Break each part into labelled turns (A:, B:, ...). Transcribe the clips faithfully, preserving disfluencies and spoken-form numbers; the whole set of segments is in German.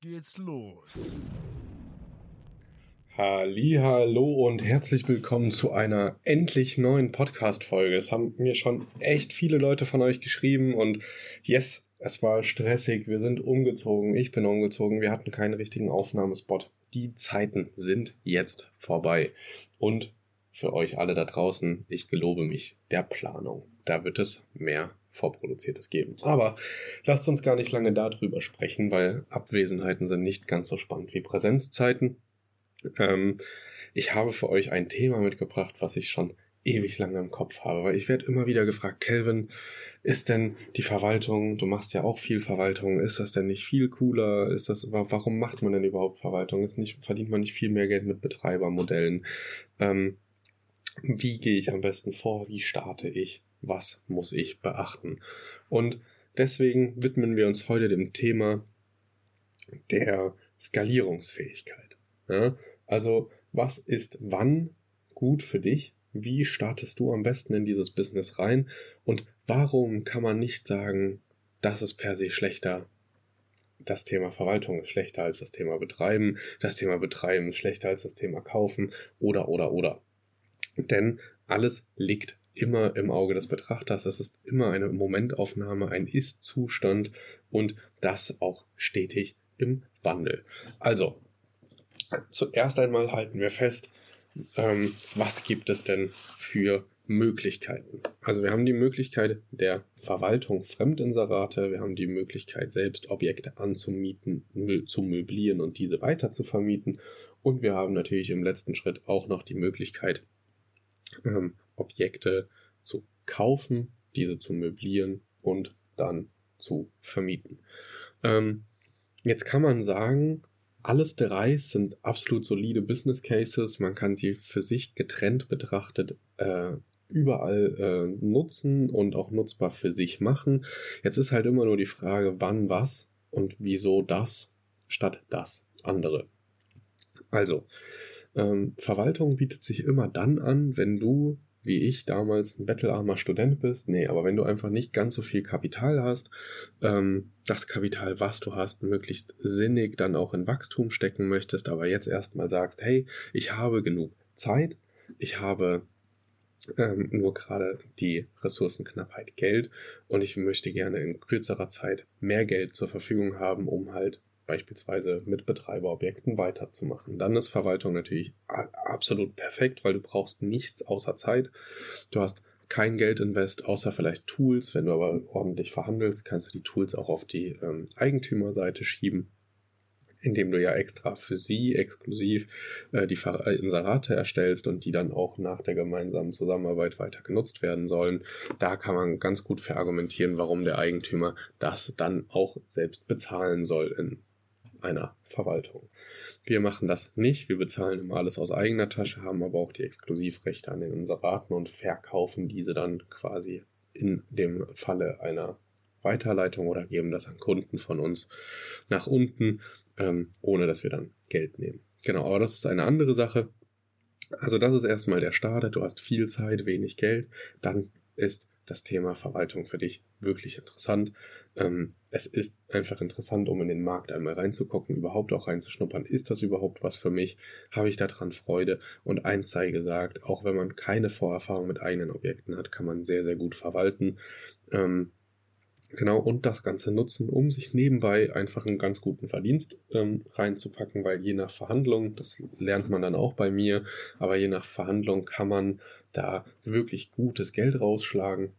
A: geht's los.
B: Hallihallo und herzlich willkommen zu einer endlich neuen Podcast-Folge. Es haben mir schon echt viele Leute von euch geschrieben und yes, es war stressig. Wir sind umgezogen, ich bin umgezogen, wir hatten keinen richtigen Aufnahmespot. Die Zeiten sind jetzt vorbei. Und für euch alle da draußen, ich gelobe mich der Planung. Da wird es mehr Vorproduziertes geben. Aber lasst uns gar nicht lange darüber sprechen, weil Abwesenheiten sind nicht ganz so spannend wie Präsenzzeiten. Ähm, ich habe für euch ein Thema mitgebracht, was ich schon ewig lange im Kopf habe, weil ich werde immer wieder gefragt, Kelvin, ist denn die Verwaltung, du machst ja auch viel Verwaltung, ist das denn nicht viel cooler? Ist das, warum macht man denn überhaupt Verwaltung? Ist nicht, verdient man nicht viel mehr Geld mit Betreibermodellen? Ähm, wie gehe ich am besten vor? Wie starte ich? Was muss ich beachten? Und deswegen widmen wir uns heute dem Thema der Skalierungsfähigkeit. Ja? Also, was ist wann gut für dich? Wie startest du am besten in dieses Business rein? Und warum kann man nicht sagen, das ist per se schlechter? Das Thema Verwaltung ist schlechter als das Thema Betreiben. Das Thema Betreiben ist schlechter als das Thema Kaufen. Oder, oder, oder. Denn alles liegt immer im Auge des Betrachters. Es ist immer eine Momentaufnahme, ein Ist-Zustand und das auch stetig im Wandel. Also, zuerst einmal halten wir fest, ähm, was gibt es denn für Möglichkeiten? Also wir haben die Möglichkeit der Verwaltung Fremdinserate, wir haben die Möglichkeit, selbst Objekte anzumieten, mö- zu möblieren und diese weiter zu vermieten und wir haben natürlich im letzten Schritt auch noch die Möglichkeit, ähm, Objekte zu kaufen, diese zu möblieren und dann zu vermieten. Ähm, jetzt kann man sagen, alles drei sind absolut solide Business Cases. Man kann sie für sich getrennt betrachtet äh, überall äh, nutzen und auch nutzbar für sich machen. Jetzt ist halt immer nur die Frage, wann was und wieso das statt das andere. Also, ähm, Verwaltung bietet sich immer dann an, wenn du, wie ich damals, ein bettelarmer Student bist. Nee, aber wenn du einfach nicht ganz so viel Kapital hast, ähm, das Kapital, was du hast, möglichst sinnig dann auch in Wachstum stecken möchtest, aber jetzt erstmal sagst, hey, ich habe genug Zeit, ich habe ähm, nur gerade die Ressourcenknappheit Geld und ich möchte gerne in kürzerer Zeit mehr Geld zur Verfügung haben, um halt beispielsweise mit Betreiberobjekten weiterzumachen. Dann ist Verwaltung natürlich absolut perfekt, weil du brauchst nichts außer Zeit. Du hast kein Geldinvest, außer vielleicht Tools. Wenn du aber ordentlich verhandelst, kannst du die Tools auch auf die ähm, Eigentümerseite schieben, indem du ja extra für sie exklusiv äh, die Inserate erstellst und die dann auch nach der gemeinsamen Zusammenarbeit weiter genutzt werden sollen. Da kann man ganz gut verargumentieren, warum der Eigentümer das dann auch selbst bezahlen soll in einer Verwaltung. Wir machen das nicht, wir bezahlen immer alles aus eigener Tasche, haben aber auch die Exklusivrechte an den Inseraten und verkaufen diese dann quasi in dem Falle einer Weiterleitung oder geben das an Kunden von uns nach unten, ähm, ohne dass wir dann Geld nehmen. Genau, aber das ist eine andere Sache. Also das ist erstmal der Start. Du hast viel Zeit, wenig Geld. Dann ist das Thema Verwaltung für dich wirklich interessant. Ähm, es ist einfach interessant, um in den Markt einmal reinzugucken, überhaupt auch reinzuschnuppern. Ist das überhaupt was für mich? Habe ich daran Freude? Und eins sei gesagt, auch wenn man keine Vorerfahrung mit eigenen Objekten hat, kann man sehr, sehr gut verwalten. Ähm, Genau, und das Ganze nutzen, um sich nebenbei einfach einen ganz guten Verdienst ähm, reinzupacken, weil je nach Verhandlung, das lernt man dann auch bei mir, aber je nach Verhandlung kann man da wirklich gutes Geld rausschlagen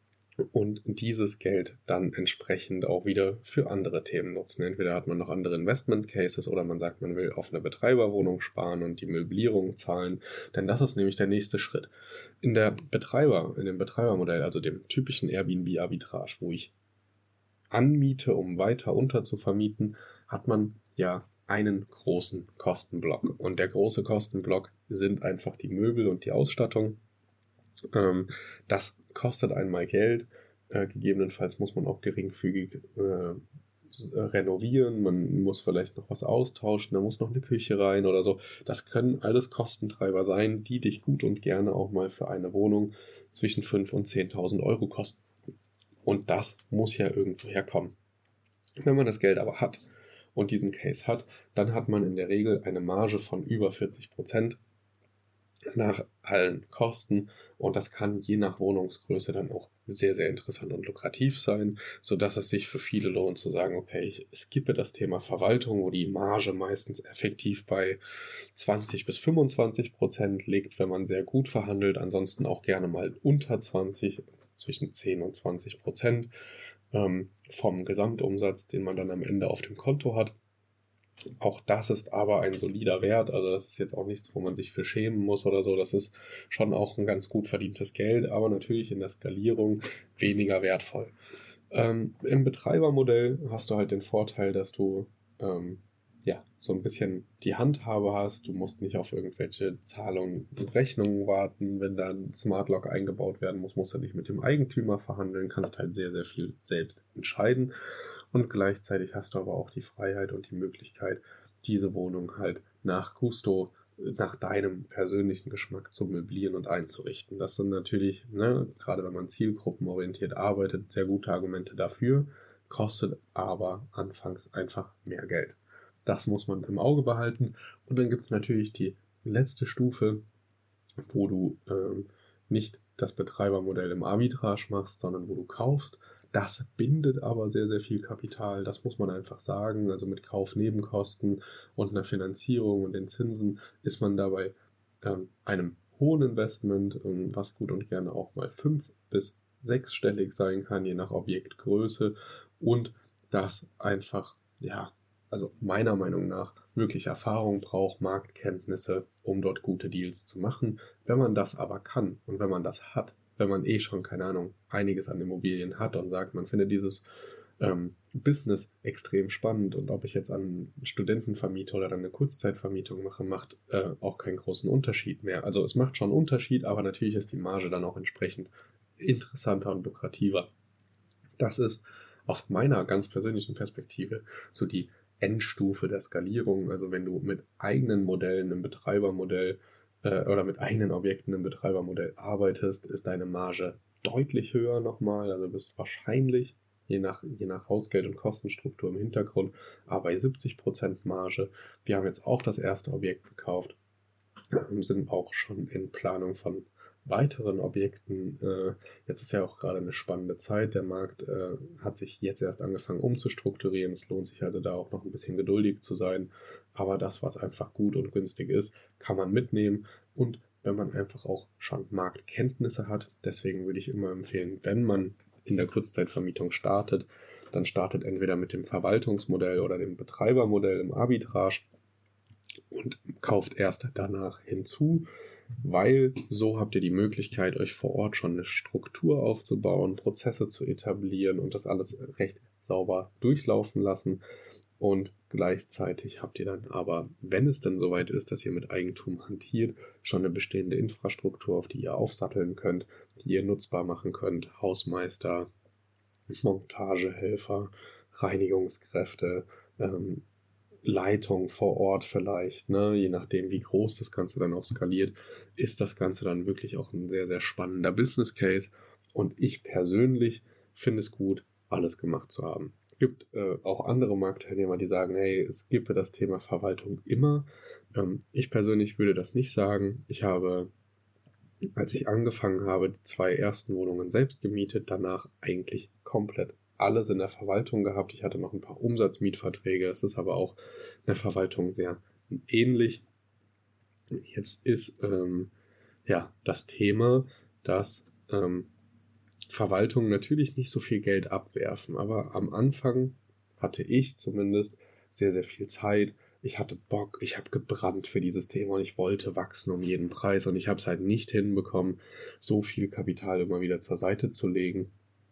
B: und dieses Geld dann entsprechend auch wieder für andere Themen nutzen. Entweder hat man noch andere Investment Cases oder man sagt, man will auf eine Betreiberwohnung sparen und die Möblierung zahlen, denn das ist nämlich der nächste Schritt. In der Betreiber, in dem Betreibermodell, also dem typischen Airbnb-Arbitrage, wo ich anmiete, um weiter unterzuvermieten, hat man ja einen großen Kostenblock. Und der große Kostenblock sind einfach die Möbel und die Ausstattung. Ähm, das kostet einmal Geld. Äh, gegebenenfalls muss man auch geringfügig äh, renovieren. Man muss vielleicht noch was austauschen. Da muss noch eine Küche rein oder so. Das können alles Kostentreiber sein, die dich gut und gerne auch mal für eine Wohnung zwischen fünftausend und zehntausend Euro kosten. Und das muss ja irgendwo herkommen. Wenn man das Geld aber hat und diesen Case hat, dann hat man in der Regel eine Marge von über vierzig Prozent nach allen Kosten, und das kann je nach Wohnungsgröße dann auch sehr, sehr interessant und lukrativ sein, sodass es sich für viele lohnt zu sagen, okay, ich skippe das Thema Verwaltung, wo die Marge meistens effektiv bei zwanzig bis fünfundzwanzig Prozent liegt, wenn man sehr gut verhandelt, ansonsten auch gerne mal unter zwanzig, zwischen zehn und zwanzig Prozent ähm, vom Gesamtumsatz, den man dann am Ende auf dem Konto hat. Auch das ist aber ein solider Wert, also das ist jetzt auch nichts, wo man sich für schämen muss oder so, das ist schon auch ein ganz gut verdientes Geld, aber natürlich in der Skalierung weniger wertvoll. Ähm, im Betreibermodell hast du halt den Vorteil, dass du ähm, ja, so ein bisschen die Handhabe hast, du musst nicht auf irgendwelche Zahlungen und Rechnungen warten, wenn da ein Smart Lock eingebaut werden muss, musst du nicht mit dem Eigentümer verhandeln, kannst halt sehr, sehr viel selbst entscheiden. Und gleichzeitig hast du aber auch die Freiheit und die Möglichkeit, diese Wohnung halt nach Gusto, nach deinem persönlichen Geschmack zu möblieren und einzurichten. Das sind natürlich, ne, gerade wenn man zielgruppenorientiert arbeitet, sehr gute Argumente dafür, kostet aber anfangs einfach mehr Geld. Das muss man im Auge behalten. Und dann gibt es natürlich die letzte Stufe, wo du ähm, nicht das Betreibermodell im Arbitrage machst, sondern wo du kaufst. Das bindet aber sehr, sehr viel Kapital, das muss man einfach sagen. Also mit Kaufnebenkosten und einer Finanzierung und den Zinsen ist man dabei ähm, einem hohen Investment, ähm, was gut und gerne auch mal fünf- bis sechsstellig sein kann, je nach Objektgröße. Und das einfach, ja, also meiner Meinung nach wirklich Erfahrung braucht, Marktkenntnisse, um dort gute Deals zu machen. Wenn man das aber kann und wenn man das hat, wenn man eh schon, keine Ahnung, einiges an Immobilien hat und sagt, man findet dieses ähm, Business extrem spannend und ob ich jetzt an Studentenvermieter oder dann eine Kurzzeitvermietung mache, macht äh, auch keinen großen Unterschied mehr. Also es macht schon einen Unterschied, aber natürlich ist die Marge dann auch entsprechend interessanter und lukrativer. Das ist aus meiner ganz persönlichen Perspektive so die Endstufe der Skalierung. Also wenn du mit eigenen Modellen im Betreibermodell äh, oder mit eigenen Objekten im Betreibermodell arbeitest, ist deine Marge deutlich höher nochmal. Also bist wahrscheinlich, je nach, je nach Hausgeld- und Kostenstruktur im Hintergrund, aber bei siebzig Prozent Marge. Wir haben jetzt auch das erste Objekt gekauft, sind auch schon in Planung von weiteren Objekten. Äh, jetzt ist ja auch gerade eine spannende Zeit. Der Markt äh, hat sich jetzt erst angefangen umzustrukturieren. Es lohnt sich also da auch noch ein bisschen geduldig zu sein. Aber das, was einfach gut und günstig ist, kann man mitnehmen. Und wenn man einfach auch schon Marktkenntnisse hat, deswegen würde ich immer empfehlen, wenn man in der Kurzzeitvermietung startet, dann startet entweder mit dem Verwaltungsmodell oder dem Betreibermodell im Arbitrage und kauft erst danach hinzu, weil so habt ihr die Möglichkeit, euch vor Ort schon eine Struktur aufzubauen, Prozesse zu etablieren und das alles recht sauber durchlaufen lassen. Und gleichzeitig habt ihr dann aber, wenn es dann soweit ist, dass ihr mit Eigentum hantiert, schon eine bestehende Infrastruktur, auf die ihr aufsatteln könnt, die ihr nutzbar machen könnt. Hausmeister, Montagehelfer, Reinigungskräfte, ähm, Leitung vor Ort vielleicht, ne? Je nachdem, wie groß das Ganze dann auch skaliert, ist das Ganze dann wirklich auch ein sehr, sehr spannender Business Case. Und ich persönlich finde es gut, alles gemacht zu haben. Es gibt äh, auch andere Marktteilnehmer, die sagen, hey, es gibt das Thema Verwaltung immer. Ähm, ich persönlich würde das nicht sagen. Ich habe, als ich angefangen habe, die zwei ersten Wohnungen selbst gemietet, danach eigentlich komplett alles in der Verwaltung gehabt. Ich hatte noch ein paar Umsatzmietverträge. Es ist aber auch in der Verwaltung sehr ähnlich. Jetzt ist ähm, ja das Thema, dass ähm, Verwaltungen natürlich nicht so viel Geld abwerfen, aber am Anfang hatte ich zumindest sehr, sehr viel Zeit. Ich hatte Bock, ich habe gebrannt für dieses Thema und ich wollte wachsen um jeden Preis und ich habe es halt nicht hinbekommen, so viel Kapital immer wieder zur Seite zu legen.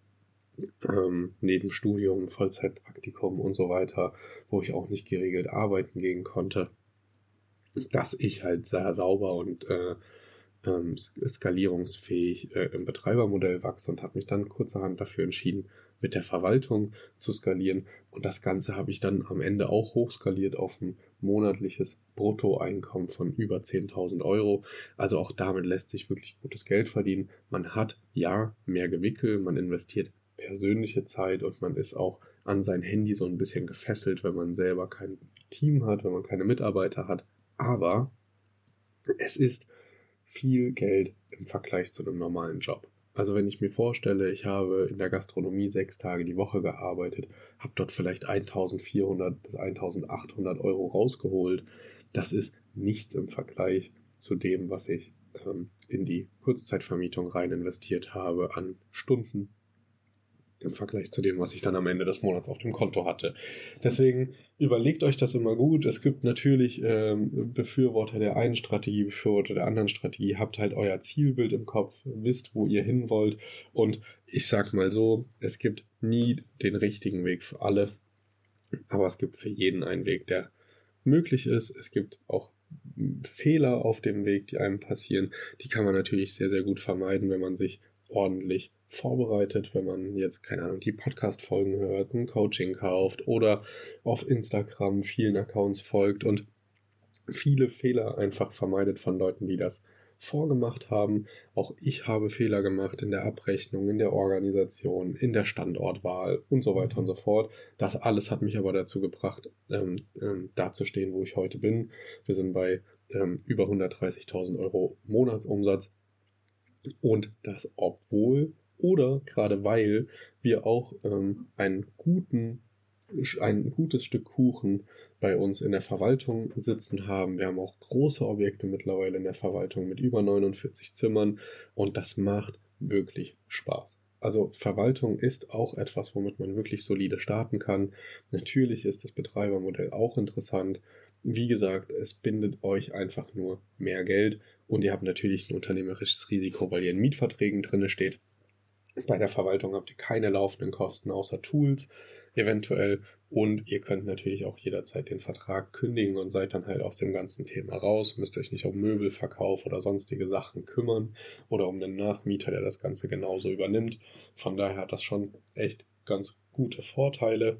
B: Ähm, neben Studium, Vollzeitpraktikum und so weiter, wo ich auch nicht geregelt arbeiten gehen konnte, dass ich halt sehr sauber und äh, ähm, skalierungsfähig äh, im Betreibermodell wachse und habe mich dann kurzerhand dafür entschieden, mit der Verwaltung zu skalieren. Und das Ganze habe ich dann am Ende auch hochskaliert auf ein monatliches Bruttoeinkommen von über zehntausend Euro. Also auch damit lässt sich wirklich gutes Geld verdienen. Man hat ja mehr Gewickel, man investiert persönliche Zeit und man ist auch an sein Handy so ein bisschen gefesselt, wenn man selber kein Team hat, wenn man keine Mitarbeiter hat. Aber es ist viel Geld im Vergleich zu einem normalen Job. Also wenn ich mir vorstelle, ich habe in der Gastronomie sechs Tage die Woche gearbeitet, habe dort vielleicht eintausendvierhundert bis eintausendachthundert Euro rausgeholt. Das ist nichts im Vergleich zu dem, was ich ähm, in die Kurzzeitvermietung rein investiert habe an Stunden, im Vergleich zu dem, was ich dann am Ende des Monats auf dem Konto hatte. Deswegen überlegt euch das immer gut. Es gibt natürlich ähm, Befürworter der einen Strategie, Befürworter der anderen Strategie. Habt halt euer Zielbild im Kopf, wisst, wo ihr hin wollt. Und ich sag mal so, es gibt nie den richtigen Weg für alle, aber es gibt für jeden einen Weg, der möglich ist. Es gibt auch Fehler auf dem Weg, die einem passieren. Die kann man natürlich sehr, sehr gut vermeiden, wenn man sich ordentlich vorbereitet, wenn man jetzt, keine Ahnung, die Podcast-Folgen hört, ein Coaching kauft oder auf Instagram vielen Accounts folgt und viele Fehler einfach vermeidet von Leuten, die das vorgemacht haben. Auch ich habe Fehler gemacht in der Abrechnung, in der Organisation, in der Standortwahl und so weiter und so fort. Das alles hat mich aber dazu gebracht, ähm, ähm, dazustehen, wo ich heute bin. Wir sind bei ähm, über hundertdreißigtausend Euro Monatsumsatz. Und das obwohl oder gerade weil wir auch ähm, einen guten, ein gutes Stück Kuchen bei uns in der Verwaltung sitzen haben. Wir haben auch große Objekte mittlerweile in der Verwaltung mit über neunundvierzig Zimmern und das macht wirklich Spaß. Also Verwaltung ist auch etwas, womit man wirklich solide starten kann. Natürlich ist das Betreibermodell auch interessant. Wie gesagt, es bindet euch einfach nur mehr Geld und ihr habt natürlich ein unternehmerisches Risiko, weil ihr in Mietverträgen drin steht. Bei der Verwaltung habt ihr keine laufenden Kosten außer Tools eventuell und ihr könnt natürlich auch jederzeit den Vertrag kündigen und seid dann halt aus dem ganzen Thema raus, müsst euch nicht um Möbelverkauf oder sonstige Sachen kümmern oder um einen Nachmieter, der das Ganze genauso übernimmt. Von daher hat das schon echt ganz gute Vorteile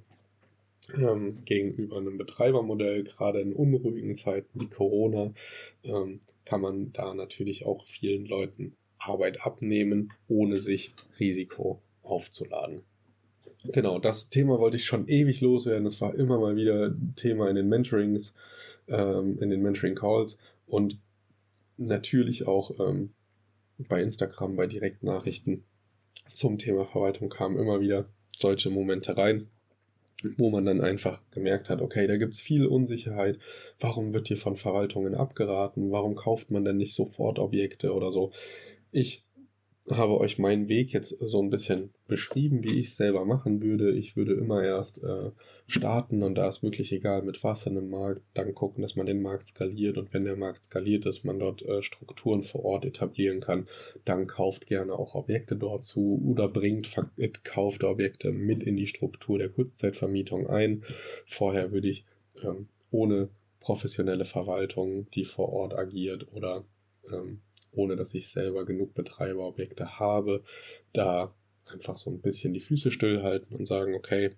B: ähm, gegenüber einem Betreibermodell. Gerade in unruhigen Zeiten wie Corona ähm, kann man da natürlich auch vielen Leuten Arbeit abnehmen, ohne sich Risiko aufzuladen. Genau, das Thema wollte ich schon ewig loswerden. Das war immer mal wieder Thema in den Mentorings, ähm, in den Mentoring-Calls und natürlich auch ähm, bei Instagram, bei Direktnachrichten zum Thema Verwaltung kamen immer wieder solche Momente rein, wo man dann einfach gemerkt hat, okay, da gibt es viel Unsicherheit. Warum wird hier von Verwaltungen abgeraten? Warum kauft man denn nicht sofort Objekte oder so? Ich habe euch meinen Weg jetzt so ein bisschen beschrieben, wie ich es selber machen würde. Ich würde immer erst äh, starten und da ist wirklich egal mit was in einem Markt, dann gucken, dass man den Markt skaliert und wenn der Markt skaliert ist, man dort äh, Strukturen vor Ort etablieren kann, dann kauft gerne auch Objekte dort zu oder bringt verkaufte Objekte mit in die Struktur der Kurzzeitvermietung ein. Vorher würde ich ähm, ohne professionelle Verwaltung, die vor Ort agiert oder ähm, ohne dass ich selber genug Betreiberobjekte habe, da einfach so ein bisschen die Füße stillhalten und sagen, okay,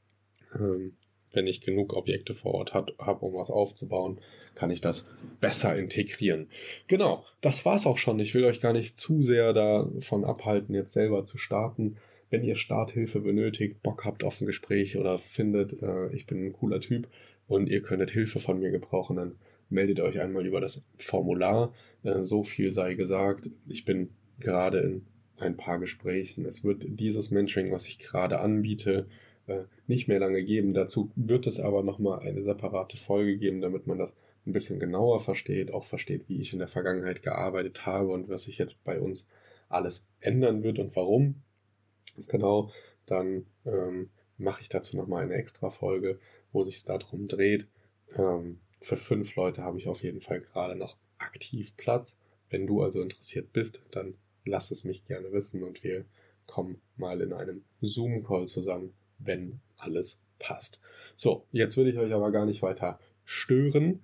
B: ähm, wenn ich genug Objekte vor Ort habe, um was aufzubauen, kann ich das besser integrieren. Genau, das war's auch schon. Ich will euch gar nicht zu sehr davon abhalten, jetzt selber zu starten. Wenn ihr Starthilfe benötigt, Bock habt auf ein Gespräch oder findet, äh, ich bin ein cooler Typ und ihr könntet Hilfe von mir gebrauchen, dann meldet euch einmal über das Formular. Äh, so viel sei gesagt. Ich bin gerade in ein paar Gesprächen. Es wird dieses Mentoring, was ich gerade anbiete, äh, nicht mehr lange geben. Dazu wird es aber nochmal eine separate Folge geben, damit man das ein bisschen genauer versteht, auch versteht, wie ich in der Vergangenheit gearbeitet habe und was sich jetzt bei uns alles ändern wird und warum. Genau, dann ähm, mache ich dazu nochmal eine extra Folge, wo sich es darum dreht. Ähm, für fünf Leute habe ich auf jeden Fall gerade noch aktiv Platz. Wenn du also interessiert bist, dann lass es mich gerne wissen und wir kommen mal in einem Zoom-Call zusammen, wenn alles passt. So, jetzt will ich euch aber gar nicht weiter stören.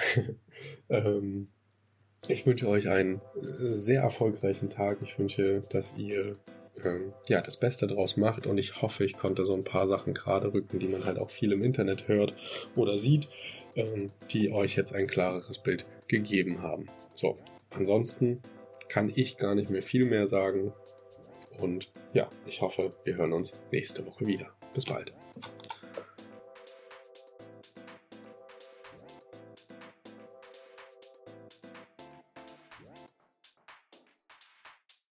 B: ähm, ich wünsche euch einen sehr erfolgreichen Tag. Ich wünsche, dass ihr ähm, ja, das Beste draus macht und ich hoffe, ich konnte so ein paar Sachen gerade rücken, die man halt auch viel im Internet hört oder sieht, ähm, die euch jetzt ein klareres Bild gegeben haben. So, ansonsten kann ich gar nicht mehr viel mehr sagen und ja, ich hoffe, wir hören uns nächste Woche wieder. Bis bald.